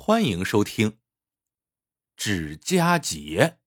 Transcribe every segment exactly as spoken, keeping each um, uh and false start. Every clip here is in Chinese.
欢迎收听指家节。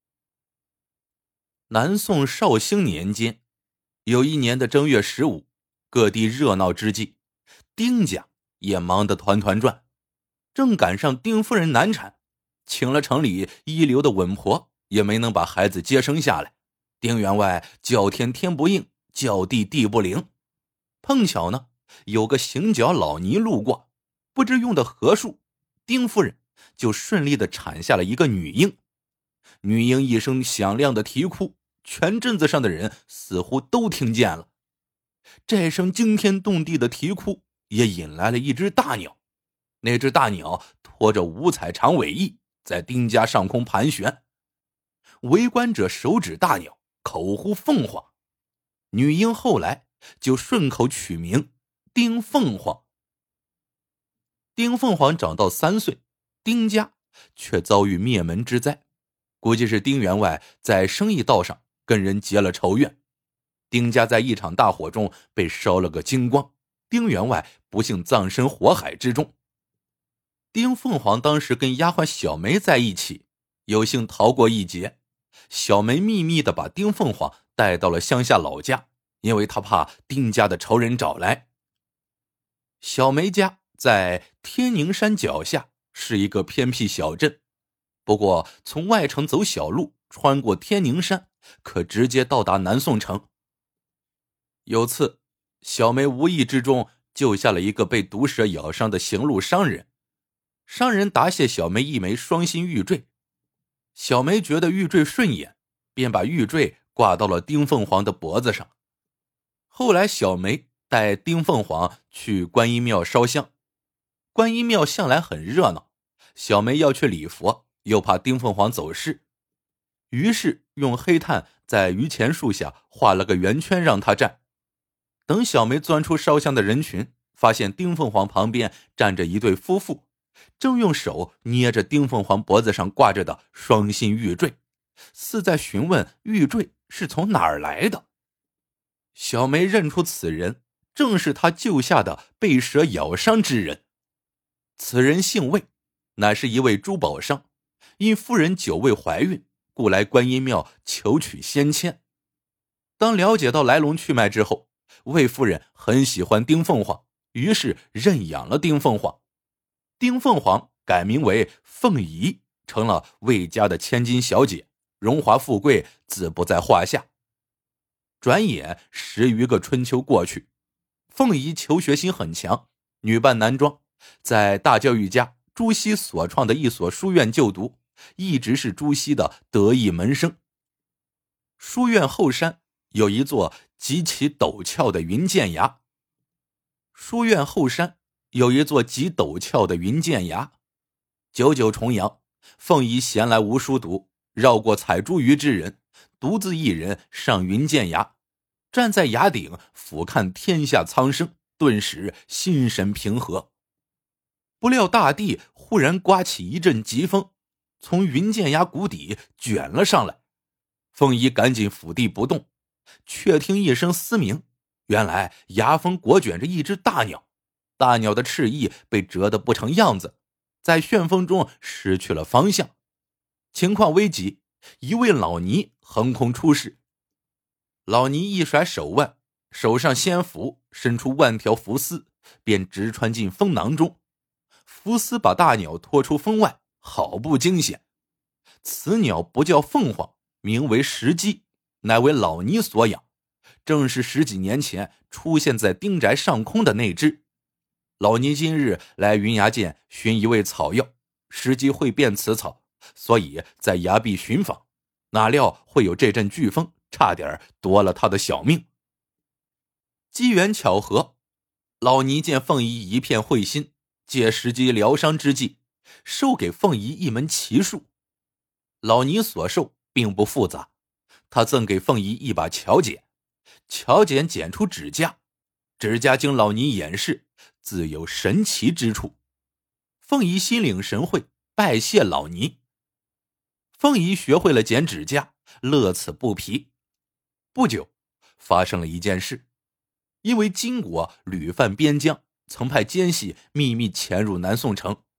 南宋绍兴年间，有一年的正月十五，各地热闹之际，丁家也忙得团团转。正赶上丁夫人难产，请了城里一流的稳婆，也没能把孩子接生下来。丁员外叫天天不应，叫地地不灵。碰巧呢，有个行脚老尼路过，不知用的何术，丁夫人就顺利地产下了一个女婴。女婴一声响亮的啼哭，全镇子上的人似乎都听见了。这声惊天动地的啼哭也引来了一只大鸟。那只大鸟拖着五彩长尾翼，在丁家上空盘旋。围观者手指大鸟，口呼凤凰。女婴后来就顺口取名丁凤凰。丁凤凰长到三岁，丁家却遭遇灭门之灾，估计是丁员外在生意道上跟人结了仇怨。丁家在一场大火中被烧了个精光，丁员外不幸葬身火海之中。丁凤凰当时跟丫鬟小梅在一起，有幸逃过一劫。小梅秘密地把丁凤凰带到了乡下老家，因为她怕丁家的仇人找来。小梅家在天宁山脚下，是一个偏僻小镇。不过从外城走小路，穿过天宁山，可直接到达南宋城。有次，小梅无意之中救下了一个被毒蛇咬伤的行路商人。商人答谢小梅一枚双心玉坠，小梅觉得玉坠顺眼，便把玉坠挂到了丁凤凰的脖子上。后来小梅带丁凤凰去观音庙烧香，观音庙向来很热闹，小梅要去礼佛，又怕丁凤凰走失，于是用黑炭在榆钱树下画了个圆圈让他站。等小梅钻出烧香的人群，发现丁凤凰旁边站着一对夫妇，正用手捏着丁凤凰脖子上挂着的双心玉坠，似在询问玉坠是从哪儿来的。小梅认出此人正是她救下的被蛇咬伤之人。此人姓魏，乃是一位珠宝商，因夫人久未怀孕，故来观音庙求取仙签。当了解到来龙去脉之后，魏夫人很喜欢丁凤凰，于是认养了丁凤凰。丁凤凰改名为凤仪，成了魏家的千金小姐，荣华富贵自不在话下。转眼十余个春秋过去，凤仪求学心很强，女扮男装，在大教育家朱熹所创的一所书院就读，一直是朱熹的得意门生。书院后山有一座极其陡峭的云剑崖，书院后山有一座极陡峭的云剑崖。九九重阳，凤仪闲来无书读，绕过采茱萸之人，独自一人上云剑崖，站在崖顶俯瞰天下苍生，顿时心神平和。不料大地忽然刮起一阵疾风，从云剑崖谷底卷了上来。凤仪赶紧伏地不动，却听一声嘶鸣，原来崖峰裹卷着一只大鸟，大鸟的翅翼被折得不成样子，在旋风中失去了方向。情况危急，一位老尼横空出世。老尼一甩手腕，手上仙符伸出万条符丝，便直穿进风囊中。符丝把大鸟拖出风外，好不惊险。此鸟不叫凤凰，名为石鸡，乃为老尼所养，正是十几年前出现在丁宅上空的那只。老尼今日来云崖涧寻一味草药，石鸡会变此草，所以在崖壁寻访，哪料会有这阵飓风，差点夺了他的小命。机缘巧合，老尼见凤仪一片慧心，借石鸡疗伤之际，授给凤仪一门奇术。老尼所授并不复杂，他赠给凤仪一把巧剪，巧剪剪出指甲，指甲经老尼演示，自有神奇之处。凤仪心领神会，拜谢老尼。凤仪学会了剪指甲，乐此不疲。不久，发生了一件事。因为金国屡犯边疆，曾派奸细秘密潜入南宋城，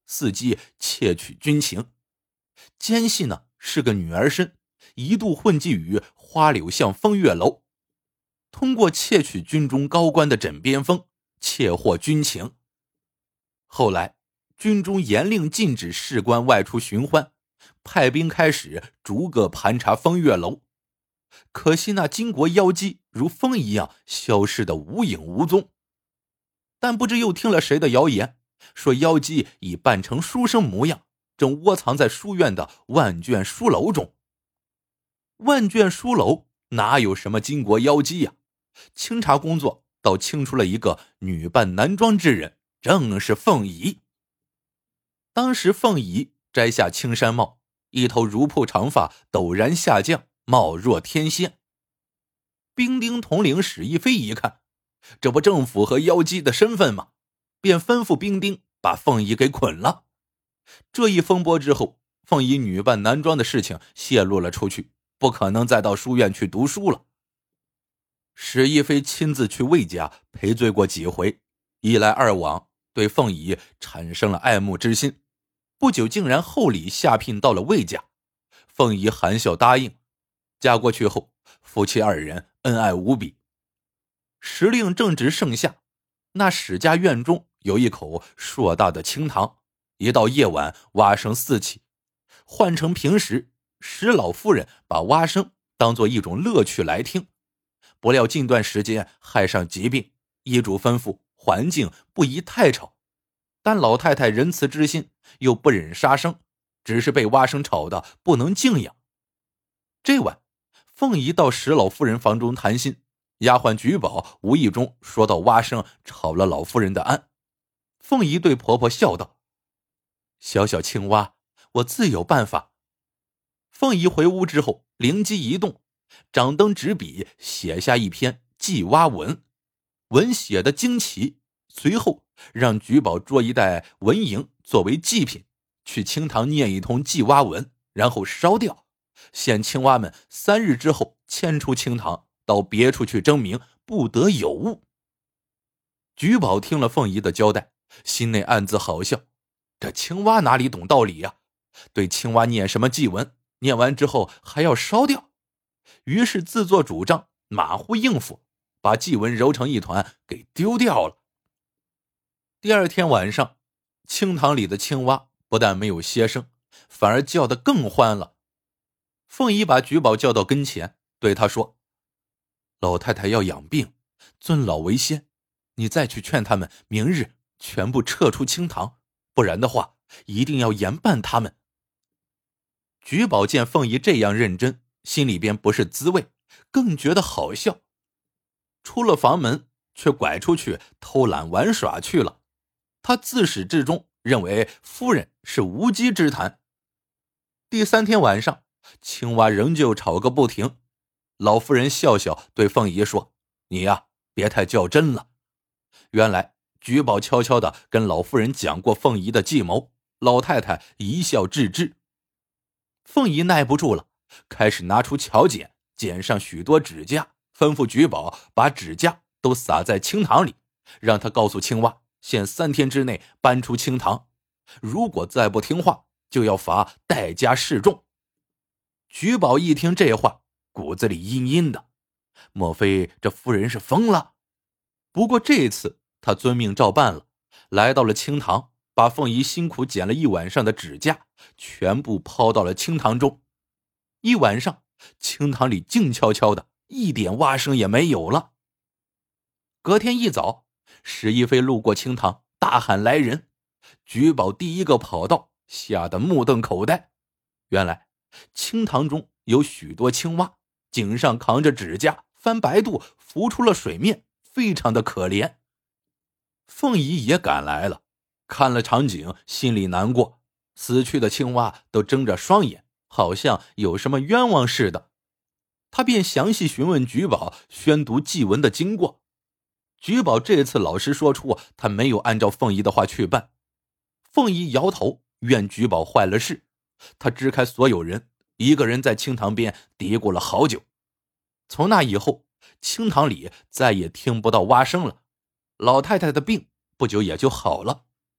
伺机窃取军情。奸细呢是个女儿身，一度混迹于花柳巷风月楼，通过窃取军中高官的枕边风，窃获军情。后来军中严令禁止士官外出寻欢，派兵开始逐个盘查风月楼。可惜那巾帼妖姬如风一样消失得无影无踪。但不知又听了谁的谣言，说妖姬已扮成书生模样，正窝藏在书院的万卷书楼中。万卷书楼哪有什么巾帼妖姬呀、啊？清查工作倒清出了一个女扮男装之人，正是凤仪。当时凤仪摘下青山帽，一头如瀑长发陡然下降，貌若天仙。兵丁统领史一飞一看，这不正符合妖姬的身份吗？便吩咐兵丁把凤仪给捆了。这一风波之后，凤仪女扮男装的事情泄露了出去，不可能再到书院去读书了。史一飞亲自去魏家赔罪过几回，一来二往，对凤仪产生了爱慕之心，不久竟然厚礼下聘到了魏家。凤仪含笑答应，嫁过去后，夫妻二人恩爱无比。时令正值盛夏，那史家院中有一口硕大的清塘，一到夜晚蛙声四起。换成平时，史老夫人把蛙声当作一种乐趣来听，不料近段时间害上疾病，医嘱吩咐环境不宜太吵。但老太太仁慈之心又不忍杀生，只是被蛙声吵得不能静养。这晚，凤仪到史老夫人房中谈心，丫鬟菊宝无意中说到蛙声吵了老夫人的安。凤仪对婆婆笑道：小小青蛙，我自有办法。凤仪回屋之后灵机一动，掌灯执笔写下一篇祭蛙文，文写的惊奇，随后让菊宝捉一袋文银作为祭品，去清塘念一通祭蛙文，然后烧掉，限青蛙们三日之后迁出清塘，到别处去争名，不得有误。菊宝听了凤仪的交代，心内暗自好笑，这青蛙哪里懂道理呀、啊？对青蛙念什么祭文，念完之后还要烧掉。于是自作主张，马虎应付，把祭文揉成一团给丢掉了。第二天晚上，清塘里的青蛙不但没有歇声，反而叫得更欢了。凤仪把菊宝叫到跟前，对他说：老太太要养病，尊老为先，你再去劝他们明日全部撤出清塘，不然的话一定要严办他们。菊宝见凤仪这样认真，心里边不是滋味，更觉得好笑。出了房门，却拐出去偷懒玩耍去了。他自始至终认为夫人是无稽之谈。第三天晚上，青蛙仍旧吵个不停。老夫人笑笑对凤仪说：你呀，别太较真了。原来菊宝悄悄地跟老夫人讲过凤仪的计谋，老太太一笑置之。凤仪耐不住了，开始拿出巧剪，剪上许多指甲，吩咐菊宝把指甲都撒在清塘里，让他告诉青蛙，限三天之内搬出清塘，如果再不听话，就要罚代加示众。菊宝一听这话，骨子里阴阴的，莫非这夫人是疯了？不过这次他遵命照办了，来到了清塘，把凤仪辛苦剪了一晚上的指甲全部抛到了清塘中。一晚上，清塘里静悄悄的，一点蛙声也没有了。隔天一早，史一飞路过清塘，大喊来人。菊宝第一个跑到，吓得目瞪口呆。原来清塘中有许多青蛙，颈上扛着指甲，翻白肚，浮出了水面，非常的可怜。凤仪也赶来了，看了场景，心里难过，死去的青蛙都睁着双眼，好像有什么冤枉似的。他便详细询问菊宝宣读祭文的经过。菊宝这次老实说出他没有按照凤仪的话去办。凤仪摇头，怨菊宝坏了事。他支开所有人，一个人在清塘边嘀咕了好久。从那以后，清塘里再也听不到蛙声了，老太太的病不久也就好了。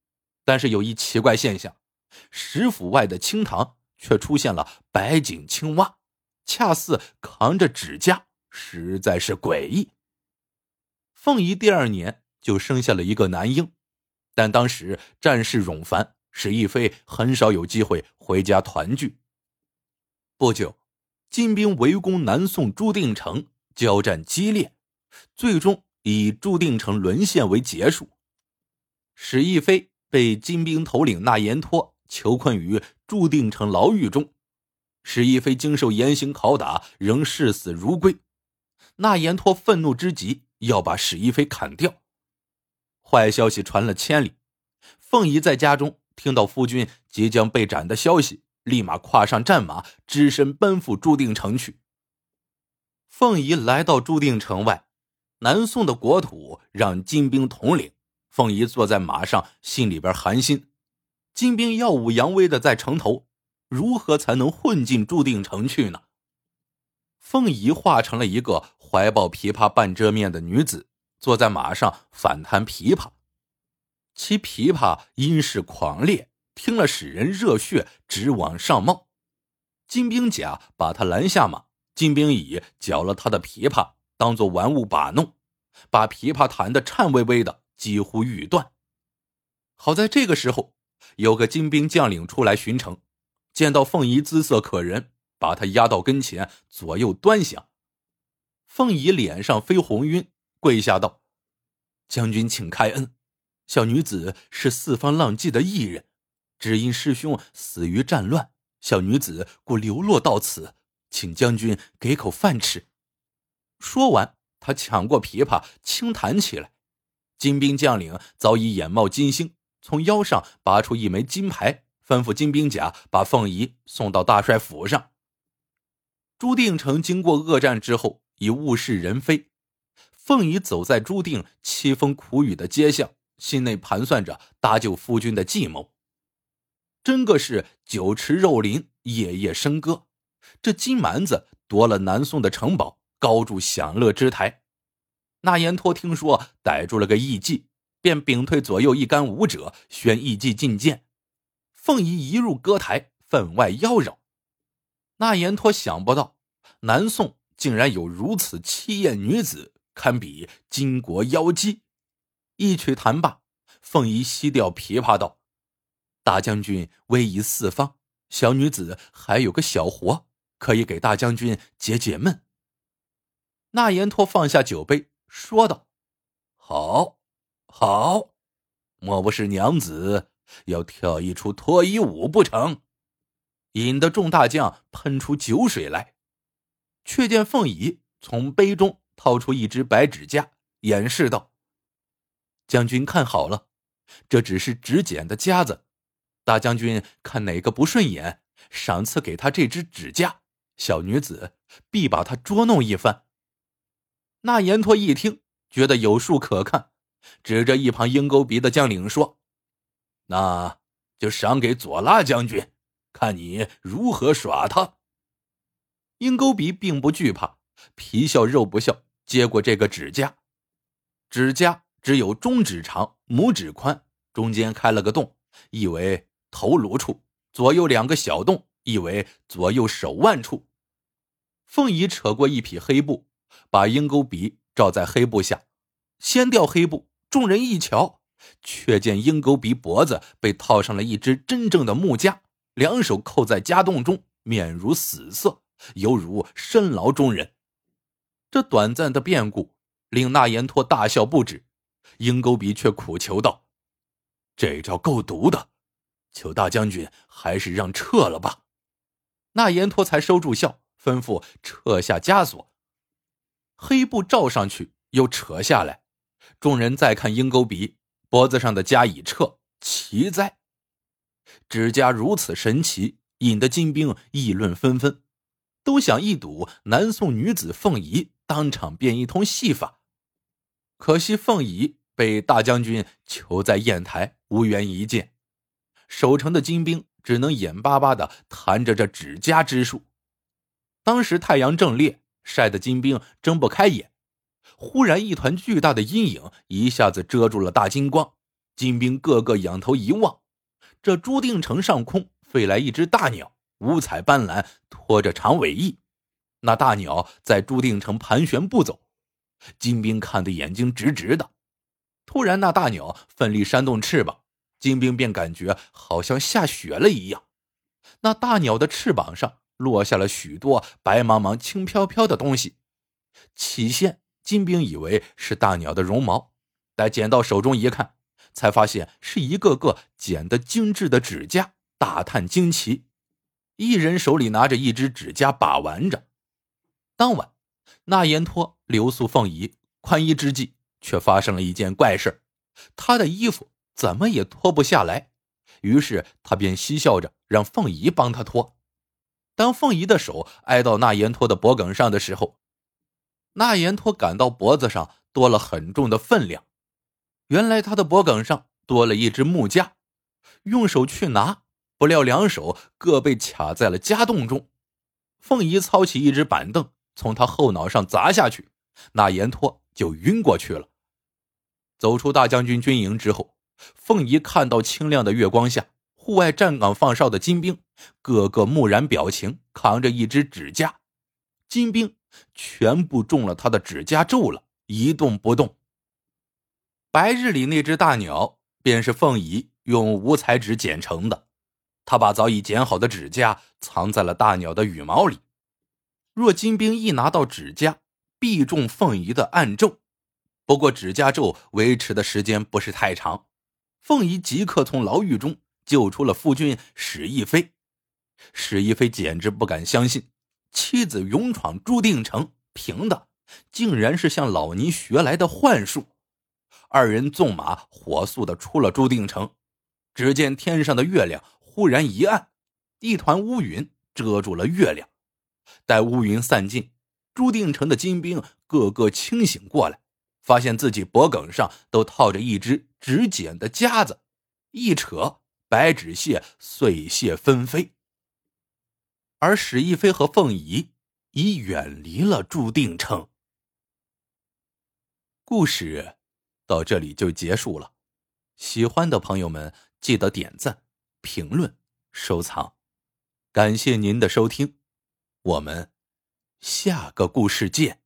但是有一奇怪现象，十府外的清堂却出现了白颈青蛙，恰似扛着指甲，实在是诡异。凤仪第二年就生下了一个男婴，但当时战事冗繁，史逸飞很少有机会回家团聚。不久，金兵围攻南宋朱定城，交战激烈，最终以朱定城沦陷为结束。史逸飞被金兵头领纳延托囚困于朱定城牢狱中，史逸飞经受严刑拷打，仍视死如归。纳延托愤怒之极，要把史逸飞砍掉。坏消息传了千里，凤仪在家中听到夫君即将被斩的消息，立马跨上战马，只身奔赴朱定城去。凤仪来到朱定城外，南宋的国土让金兵统领，凤仪坐在马上，心里边寒心。金兵耀武扬威的在城头，如何才能混进朱定城去呢？凤仪化成了一个怀抱琵琶半遮面的女子，坐在马上反弹琵琶。其琵琶音势狂烈，听了使人热血直往上冒。金兵甲把他拦下马，金兵乙缴了他的琵琶，当作玩物把弄，把琵琶弹得颤巍巍的，几乎欲断。好在这个时候，有个金兵将领出来巡城，见到凤仪姿色可人，把他压到跟前，左右端详。凤仪脸上飞红晕，跪下道：将军请开恩，小女子是四方浪迹的艺人，只因师兄死于战乱，小女子故流落到此，请将军给口饭吃。说完，他抢过琵琶轻弹起来。金兵将领早已眼冒金星，从腰上拔出一枚金牌，吩咐金兵甲把凤仪送到大帅府上。朱定城经过恶战之后，已物是人非。凤仪走在朱定凄风苦雨的街巷，心内盘算着搭救夫君的计谋。真个是酒池肉林，夜夜笙歌。这金蛮子夺了南宋的城堡，高筑享乐之台。纳延托听说逮住了个艺妓，便屏退左右一干武者，宣艺妓进谏。凤仪一入歌台，分外妖娆。纳延托想不到南宋竟然有如此凄艳女子，堪比巾帼妖姬。一曲弹罢，凤仪吸掉琵琶道：大将军威仪四方，小女子还有个小活，可以给大将军解解闷。纳延托放下酒杯，说道：好好，莫不是娘子要跳一出脱衣舞不成？引得众大将喷出酒水来。却见凤仪从杯中掏出一只白指甲，掩饰道：将军看好了，这只是指剪的夹子，大将军看哪个不顺眼，赏赐给他这只指甲，小女子必把他捉弄一番。那延托一听，觉得有数可看，指着一旁鹰钩鼻的将领说：那就赏给左拉将军，看你如何耍他。鹰钩鼻并不惧怕，皮笑肉不笑，接过这个指甲。指甲只有中指长，拇指宽，中间开了个洞，意为头颅处，左右两个小洞，意为左右手腕处。凤仪扯过一匹黑布，把鹰钩鼻罩在黑布下，掀掉黑布，众人一瞧，却见鹰钩鼻脖子被套上了一只真正的木枷，两手扣在夹洞中，面如死色，犹如深牢中人。这短暂的变故令那延托大笑不止，鹰钩鼻却苦求道：这招够毒的，求大将军还是让撤了吧。那延托才收住笑，吩咐撤下枷锁。黑布罩上去又扯下来，众人再看鹰钩鼻脖子上的枷已撤，奇哉！指甲如此神奇，引得金兵议论纷纷，都想一睹南宋女子凤仪当场变一通戏法。可惜凤仪被大将军囚在砚台，无缘一见。守城的金兵只能眼巴巴地弹着这指甲之术。当时太阳正烈，晒得金兵睁不开眼。忽然一团巨大的阴影一下子遮住了大金光， 金兵个个仰头一望，这朱定城上空飞来一只大鸟，五彩斑斓，拖着长尾翼。那大鸟在朱定城盘旋不走，金兵看得眼睛直直的。突然那大鸟奋力扇动翅膀，金兵便感觉好像下雪了一样。那大鸟的翅膀上落下了许多白茫茫轻飘飘的东西。起先金兵以为是大鸟的绒毛，待捡到手中一看，才发现是一个个剪得精致的指甲，大叹惊奇。一人手里拿着一只指甲把玩着。当晚，那延托、留宿凤仪宽衣之际，却发生了一件怪事。他的衣服怎么也脱不下来，于是他便嬉笑着让凤仪帮他脱。当凤仪的手挨到那延托的脖颈上的时候，那延托感到脖子上多了很重的分量。原来他的脖颈上多了一只木架，用手去拿，不料两手各被卡在了夹洞中。凤仪操起一只板凳，从他后脑上砸下去，那延托就晕过去了。走出大将军军营之后，凤仪看到清亮的月光下，户外站岗放哨的金兵个个木然表情，扛着一只指甲。金兵全部中了他的指甲咒了，一动不动。白日里那只大鸟便是凤仪用五彩纸剪成的，他把早已剪好的指甲藏在了大鸟的羽毛里。若金兵一拿到指甲，必中凤仪的暗咒。不过指甲咒维持的时间不是太长，凤仪即刻从牢狱中救出了夫君史逸飞。史逸飞简直不敢相信，妻子勇闯朱定城，凭的竟然是向老尼学来的幻术。二人纵马火速地出了朱定城，只见天上的月亮忽然一暗，一团乌云遮住了月亮。待乌云散尽，朱定城的金兵个个清醒过来，发现自己脖颈上都套着一只纸剪的夹子，一扯，白纸屑碎屑纷飞。而史逸飞和凤仪已远离了朱定城。故事到这里就结束了，喜欢的朋友们记得点赞、评论、收藏。感谢您的收听，我们下个故事见。